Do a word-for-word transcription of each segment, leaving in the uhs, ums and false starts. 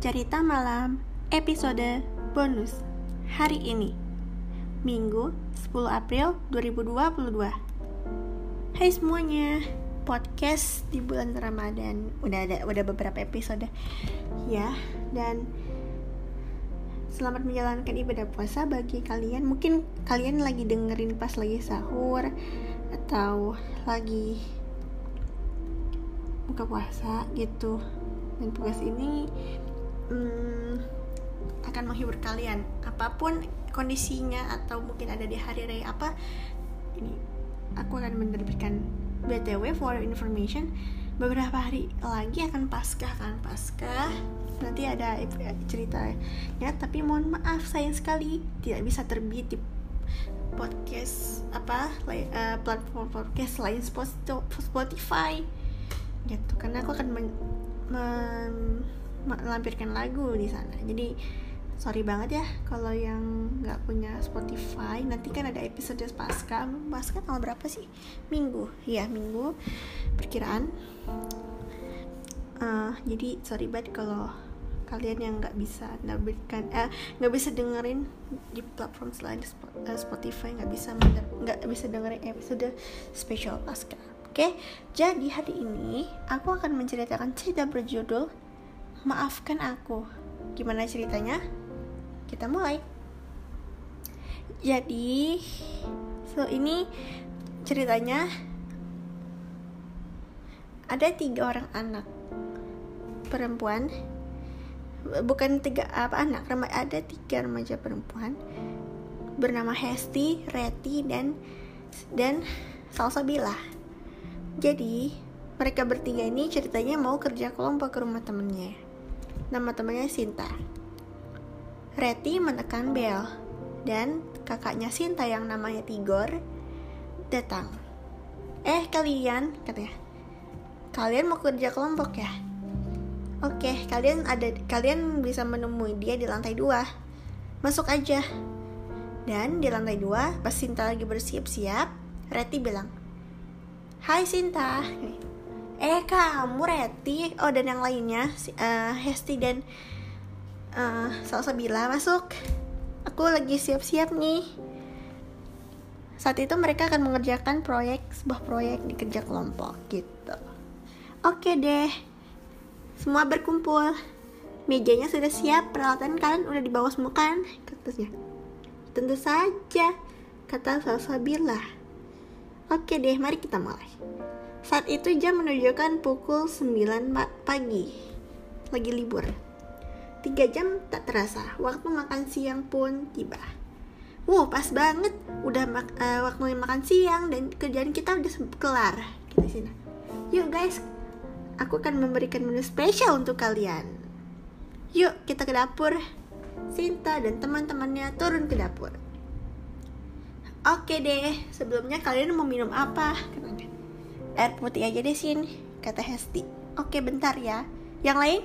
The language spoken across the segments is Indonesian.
Cerita Malam episode bonus hari ini, Minggu sepuluh April dua ribu dua puluh dua. Hai semuanya, podcast di bulan Ramadan. Udah ada udah beberapa episode ya, dan selamat menjalankan ibadah puasa bagi kalian. Mungkin kalian lagi dengerin pas lagi sahur atau lagi buka puasa gitu. Dan podcast ini hmm, akan menghibur kalian apapun kondisinya, atau mungkin ada di hari raya apa. Ini aku akan menerbitkan B T W for information, beberapa hari lagi akan Paskah kan Paskah nanti ada ceritanya, tapi mohon maaf sayang sekali tidak bisa terbit di podcast apa uh, platform podcast lain Spotify gitu, karena aku akan men, men, melampirkan lagu di sana. Jadi sorry banget ya kalau yang nggak punya Spotify. Nanti kan ada episode Paskah. Paskah tanggal berapa sih? Minggu, ya Minggu perkiraan. Uh, jadi sorry banget kalau kalian yang nggak bisa menerbitkan, eh nggak bisa dengerin di platform selain Spotify, nggak bisa nggak bisa dengerin episode spesial Paskah. Oke, jadi hari ini aku akan menceritakan cerita berjudul Maafkan Aku. Gimana ceritanya? Kita mulai. Jadi, so ini ceritanya ada tiga orang anak perempuan, bukan tiga apa anak, ada tiga remaja perempuan bernama Hesti, Reti, dan dan Salsabila. Jadi mereka bertiga ini ceritanya mau kerja kelompok ke rumah temennya. Nama temannya Sinta. Reti menekan bel dan kakaknya Sinta yang namanya Tigor datang. Eh kalian, katanya, kalian mau kerja kelompok ya? Oke, kalian ada kalian bisa menemui dia di lantai dua. Masuk aja. Dan di lantai dua, pas Sinta lagi bersiap-siap, Reti bilang, "Hai Sinta." Eh kamu Reti, oh dan yang lainnya uh, Hesti dan uh, Salsabila masuk. Aku lagi siap-siap nih. Saat itu mereka akan mengerjakan proyek sebuah proyek di kerja kelompok gitu. Oke deh, semua berkumpul. Mejanya sudah siap, peralatan kalian udah dibawa semua kan? Katanya. Tentu saja, kata Salsabila. Oke deh, mari kita mulai. Saat itu jam menunjukkan pukul sembilan pagi. Lagi libur. Tiga jam tak terasa. Waktu makan siang pun tiba. Wow, pas banget. Udah mak- uh, waktu makan siang dan kerjaan kita udah kelar. Kita sini. Yuk guys, aku akan memberikan menu spesial untuk kalian. Yuk kita ke dapur. Sinta dan teman-temannya turun ke dapur. Oke deh, sebelumnya kalian mau minum apa? Katanya. Air putih aja deh Sin, kata Hesti. Oke bentar ya. Yang lain?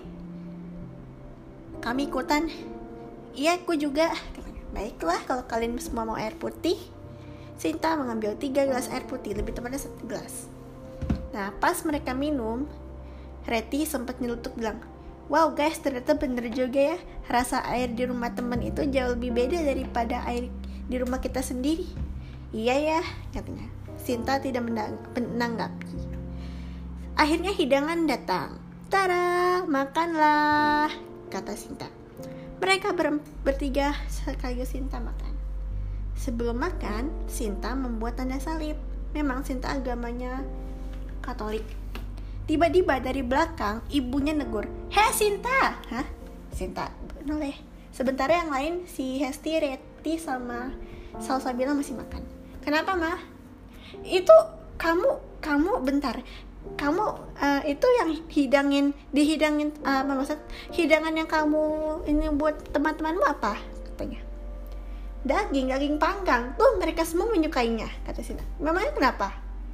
Kami ikutan. Iya, aku juga, katanya. Baiklah, kalau kalian semua mau air putih. Sinta mengambil tiga gelas air putih, lebih tepatnya satu gelas. Nah, pas mereka minum, Reti sempat nyelutuk bilang, "Wow guys, ternyata bener juga ya. Rasa air di rumah teman itu jauh lebih beda daripada air di rumah kita sendiri." Iya ya, katanya. Sinta tidak menanggapi. Akhirnya hidangan datang. Tara, makanlah, kata Sinta. Mereka ber- bertiga sekaligus Sinta makan. Sebelum makan, Sinta membuat tanda salib. Memang Sinta agamanya Katolik. Tiba-tiba dari belakang ibunya negur, "Hei Sinta!" Hah? Sinta noleh. Sebentar yang lain si Hesti, Reti sama Salsabila masih makan. Kenapa mah? Itu kamu kamu bentar. Kamu uh, itu yang hidangin dihidangin uh, apa maksud hidangan yang kamu ini buat teman-temanmu apa? Katanya. Daging, daging panggang. Tuh mereka semua menyukainya, kata Sinta. Memangnya kenapa?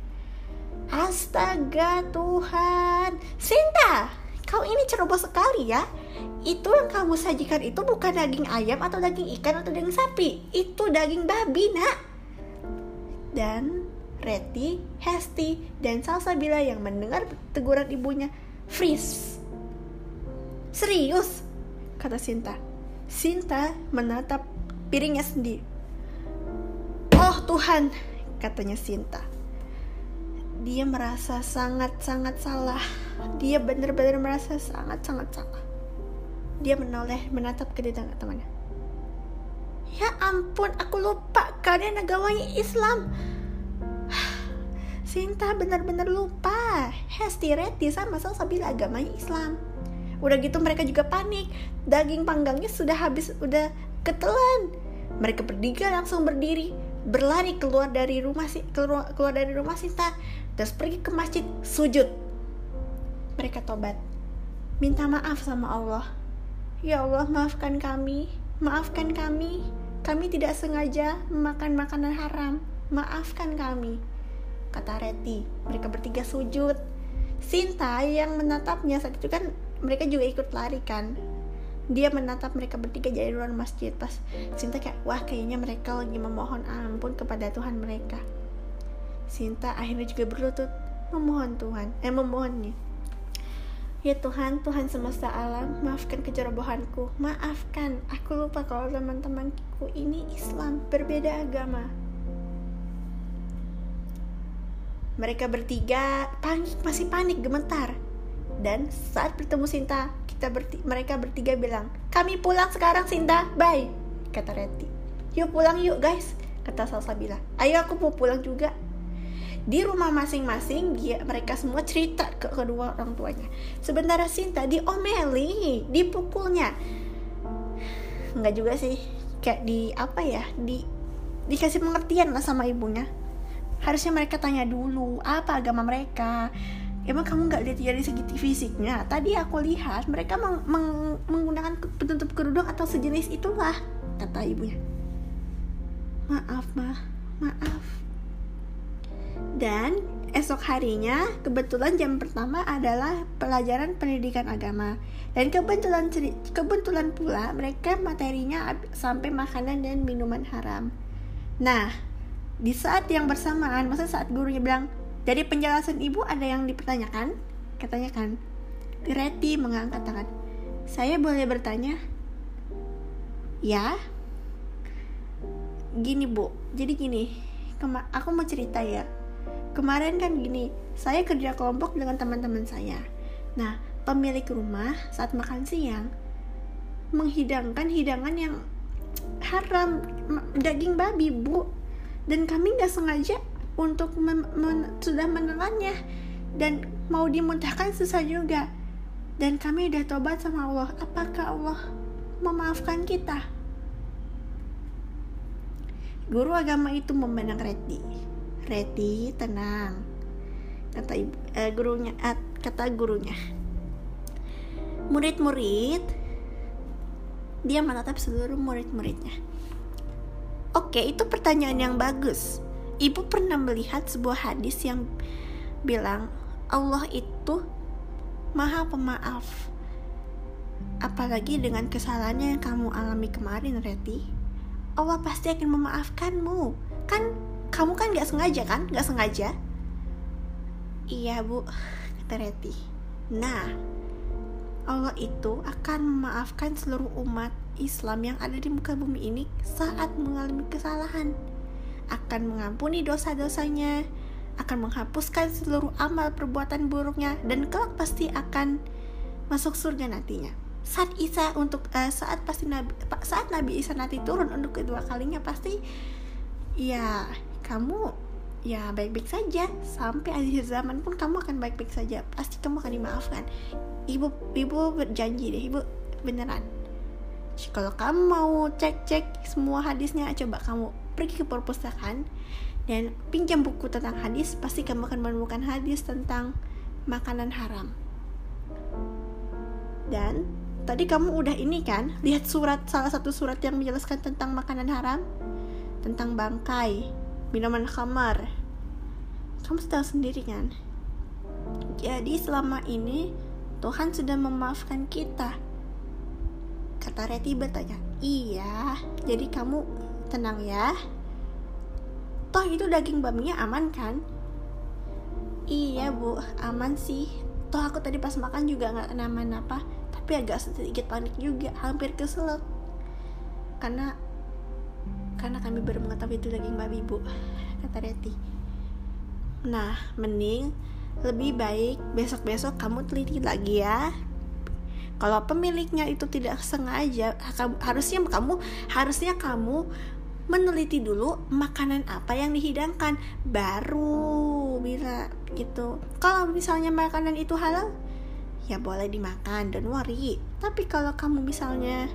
Astaga Tuhan. Sinta, kau ini ceroboh sekali ya. Itu yang kamu sajikan itu bukan daging ayam atau daging ikan atau daging sapi. Itu daging babi, nak. Dan Reti, Hesti, dan Salsabila yang mendengar teguran ibunya freeze. Serius? kata Sinta. Sinta menatap piringnya sendiri. Oh Tuhan, katanya Sinta. Dia merasa sangat-sangat salah. Dia benar-benar merasa sangat-sangat salah. Dia menoleh menatap ke temannya. Ya ampun, aku lupa kalian agamanya Islam. Sinta benar-benar lupa. Hesti, Reti sama Salsabila agamanya Islam. Udah gitu mereka juga panik. Daging panggangnya sudah habis, udah ketelan. Mereka bertiga langsung berdiri, berlari keluar dari rumah si keluar, keluar dari rumah Sinta, terus pergi ke masjid, sujud. Mereka tobat, minta maaf sama Allah. Ya Allah, maafkan kami, maafkan kami. Kami tidak sengaja memakan makanan haram. Maafkan kami, kata Reti. Mereka bertiga sujud. Sinta yang menatapnya saat itu kan, mereka juga ikut lari kan. Dia menatap mereka bertiga dari luar masjid. Pas Sinta kayak, wah kayaknya mereka lagi memohon ampun kepada Tuhan mereka. Sinta akhirnya juga berlutut memohon Tuhan, eh memohonnya. Ya Tuhan, Tuhan semesta alam, maafkan kecerobohanku. Maafkan, aku lupa kalau teman-temanku ini Islam, berbeda agama. Mereka bertiga panik, masih panik, gemetar. Dan saat bertemu Sinta, kita berti- mereka bertiga bilang, kami pulang sekarang Sinta, bye, kata Reti. Yuk pulang yuk guys, kata Salsabila. Ayo aku mau pulang juga. Di rumah masing-masing dia, mereka semua cerita ke kedua orang tuanya. Sementara Sinta diomeli, dipukulnya. Enggak juga sih, kayak di apa ya, di dikasih pengertian lah sama ibunya. Harusnya mereka tanya dulu apa agama mereka. Emang kamu nggak lihat dari segi fisiknya? Tadi aku lihat mereka meng- meng- menggunakan penutup kerudung atau sejenis itulah, kata ibunya. Maaf mah, maaf. Dan esok harinya kebetulan jam pertama adalah pelajaran pendidikan agama. Dan kebetulan kebetulan pula mereka materinya sampai makanan dan minuman haram. Nah, di saat yang bersamaan, maksudnya saat gurunya bilang, dari penjelasan ibu ada yang dipertanyakan? Katanya kan. Reti mengangkat tangan. Saya boleh bertanya? Ya. Gini Bu, jadi gini, kema- aku mau cerita ya. Kemarin kan gini, saya kerja kelompok dengan teman-teman saya. Nah, pemilik rumah saat makan siang menghidangkan hidangan yang haram, daging babi Bu. Dan kami gak sengaja untuk mem- men- sudah menelannya dan mau dimuntahkan susah juga. Dan kami udah tobat sama Allah. Apakah Allah memaafkan kita? Guru agama itu memandang Reti. Reti, tenang, kata ibu, eh, gurunya, eh, kata gurunya. Murid-murid, dia menatap seluruh murid-muridnya. Oke, itu pertanyaan yang bagus. Ibu pernah melihat sebuah hadis yang bilang Allah itu Maha Pemaaf. Apalagi dengan kesalahan yang kamu alami kemarin, Reti, Allah pasti akan memaafkanmu. Kan kamu kan gak sengaja kan? Gak sengaja? Iya Bu, kata Reti. Nah, Allah itu akan memaafkan seluruh umat Islam yang ada di muka bumi ini saat mengalami kesalahan. Akan mengampuni dosa-dosanya, akan menghapuskan seluruh amal perbuatan buruknya, dan kelak pasti akan masuk surga nantinya. Saat Isa untuk uh, saat pasti Nabi saat Nabi Isa nanti turun untuk kedua kalinya, pasti ya kamu ya baik-baik saja, sampai akhir zaman pun kamu akan baik-baik saja, pasti kamu akan dimaafkan. Ibu ibu berjanji deh, ibu beneran. Kalau kamu mau cek-cek semua hadisnya, coba kamu pergi ke perpustakaan dan pinjam buku tentang hadis, pasti kamu akan menemukan hadis tentang makanan haram. Dan tadi kamu udah ini kan, lihat surat, salah satu surat yang menjelaskan tentang makanan haram, tentang bangkai, minuman khamar. Kamu tahu sendiri kan? Jadi selama ini Tuhan sudah memaafkan kita, kata Reti bertanya. Iya, jadi kamu tenang ya. Toh itu daging babinya aman kan? Iya Bu, aman sih. Toh aku tadi pas makan juga gak aman apa. tapi agak sedikit panik juga, hampir keselak karena karena kami baru mengetahui itu daging babi, Bu, kata Reti. Nah, mending lebih baik besok-besok kamu teliti lagi ya. Kalau pemiliknya itu tidak sengaja, harusnya kamu harusnya kamu meneliti dulu makanan apa yang dihidangkan, baru bisa gitu. Kalau misalnya makanan itu halal, ya boleh dimakan, don't worry. Tapi kalau kamu misalnya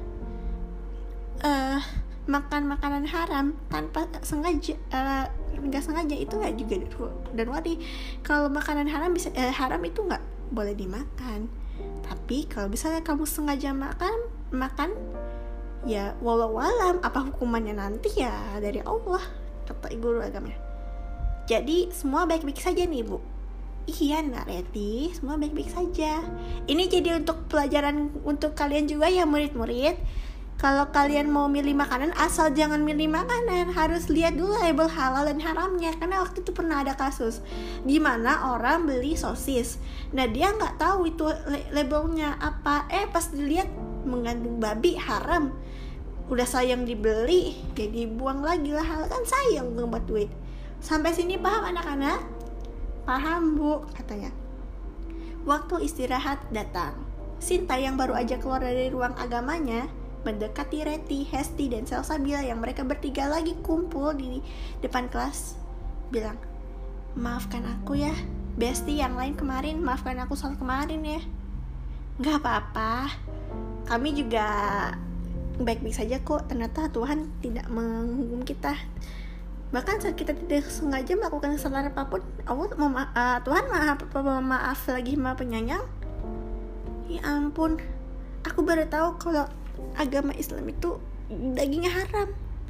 uh, makan makanan haram tanpa sengaja, uh, nggak sengaja, itu nggak juga, don't worry. Kalau makanan haram bisa uh, haram itu nggak boleh dimakan. Tapi kalau misalnya kamu sengaja makan makan ya walau alam, apa hukumannya nanti ya dari Allah, kata guru agamanya. Jadi semua baik-baik saja nih, Bu. Iya, Nak Reti, semua baik-baik saja. Ini jadi untuk pelajaran untuk kalian juga ya, murid-murid. Kalau kalian mau milih makanan, asal jangan milih makanan, harus lihat dulu label halal dan haramnya. Karena waktu itu pernah ada kasus gimana orang beli sosis, nah dia nggak tahu itu labelnya apa, eh pas dilihat mengandung babi, haram. Udah sayang dibeli, jadi buang lagi lah, hal kan sayang buat duit. Sampai sini paham anak-anak? Paham, Bu, katanya. Waktu istirahat datang. Sinta yang baru aja keluar dari ruang agamanya mendekati Reti, Hesti, dan Salsabila yang mereka bertiga lagi kumpul di depan kelas. Bilang, maafkan aku ya, Besti yang lain kemarin, maafkan aku soal kemarin ya. Gak apa-apa, kami juga baik-baik saja kok. Ternyata Tuhan tidak menghukum kita. Bahkan saat kita tidak sengaja melakukan kesalahan apapun, Allah mema- uh, Tuhan maaf, maaf lagi maha penyayang. Ya ampun, aku baru tahu kalau agama Islam itu dagingnya haram.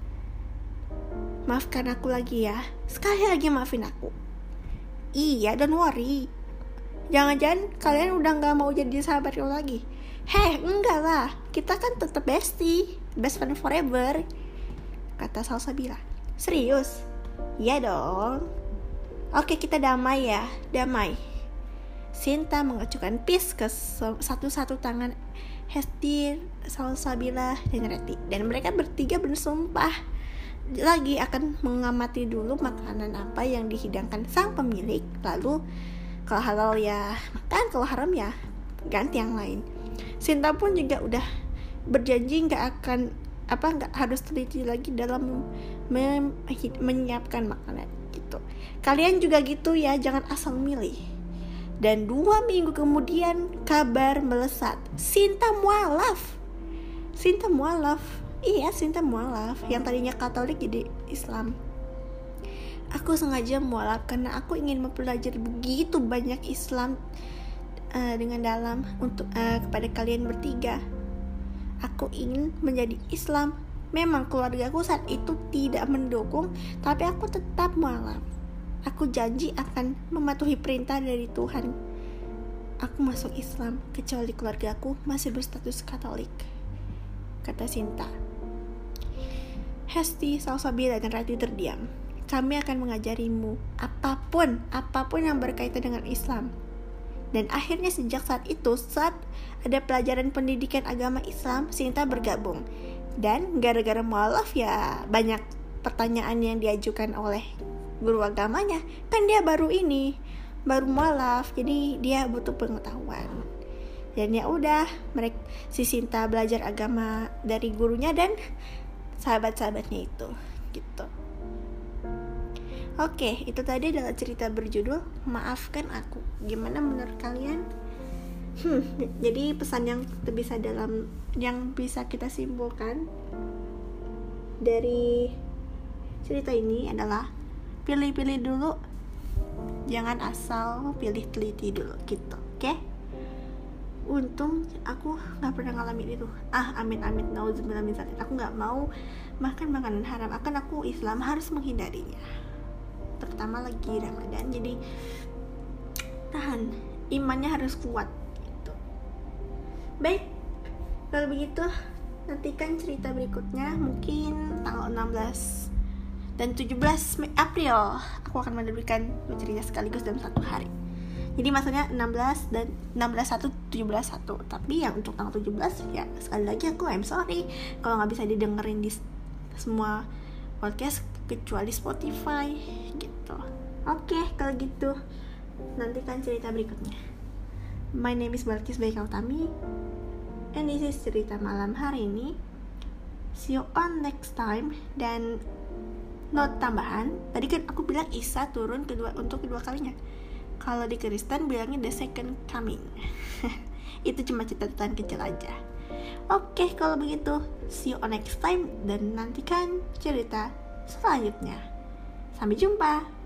Maafkan aku lagi ya, sekali lagi maafin aku. Iya, don't worry. Jangan-jangan kalian udah gak mau jadi sahabat lo lagi. Heh, enggak lah, kita kan tetap bestie, best friend forever, kata Salsabila. Serius? Iya dong. Oke, kita damai ya, damai. Sinta mengacukan pis ke satu-satu tangan Hesti, Salsabila, dan Reti. Dan mereka bertiga bersumpah lagi akan mengamati dulu makanan apa yang dihidangkan sang pemilik. Lalu kalau halal ya makan, kalau haram ya ganti yang lain. Sinta pun juga udah berjanji nggak akan apa nggak harus teliti lagi dalam mem- menyiapkan makanan gitu. Kalian juga gitu ya, jangan asal milih. Dan dua minggu kemudian kabar melesat, Sinta mualaf. Sinta mualaf. Iya, Sinta mualaf. Yang tadinya Katolik jadi Islam. Aku sengaja mualaf karena aku ingin mempelajari begitu banyak Islam uh, dengan dalam untuk uh, kepada kalian bertiga. Aku ingin menjadi Islam. Memang keluargaku saat itu tidak mendukung, tapi aku tetap mualaf. Aku janji akan mematuhi perintah dari Tuhan. Aku masuk Islam, kecuali keluargaku masih berstatus Katolik, kata Sinta. Hesti, Salsabila, dan Reti terdiam. Kami akan mengajarimu apapun, apapun yang berkaitan dengan Islam. Dan akhirnya sejak saat itu, saat ada pelajaran pendidikan agama Islam, Sinta bergabung. Dan gara-gara mualaf ya banyak pertanyaan yang diajukan oleh guru agamanya. Kan dia baru ini, baru mualaf, jadi dia butuh pengetahuan. Dan ya udah, mereka si Sinta belajar agama dari gurunya dan sahabat-sahabatnya itu, gitu. Oke, itu tadi adalah cerita berjudul Maafkan Aku. Gimana menurut kalian? Hmm, jadi pesan yang bisa dalam yang bisa kita simpulkan dari cerita ini adalah pilih-pilih dulu, jangan asal pilih, teliti dulu gitu, oke? Okay? Untung aku nggak pernah ngalamin itu. Ah, amin-amin, nauzubillah min dzalik. Aku nggak mau makan makanan haram. Akan aku Islam harus menghindarinya, terutama lagi Ramadan. Jadi tahan, imannya harus kuat gitu. Baik, kalau begitu nantikan cerita berikutnya, mungkin tanggal enam belas dan tujuh belas April aku akan menerbitkan cerita sekaligus dalam satu hari. Jadi maksudnya enam belas dan enam belas satu tujuh belas satu. Tapi yang untuk tanggal tujuh belas ya sekali lagi aku I'm sorry kalau nggak bisa didengerin di semua podcast kecuali Spotify gitu. Oke, kalau gitu nantikan cerita berikutnya. My name is Balkis Baika Utami and this is cerita malam hari ini. See you on next time. Dan note tambahan, tadi kan aku bilang Isa turun kedua untuk kedua kalinya. Kalau di Kristen bilangnya the second coming. Itu cuma catatan kecil aja. Oke, kalau begitu see you on next time dan nantikan cerita selanjutnya. Sampai jumpa.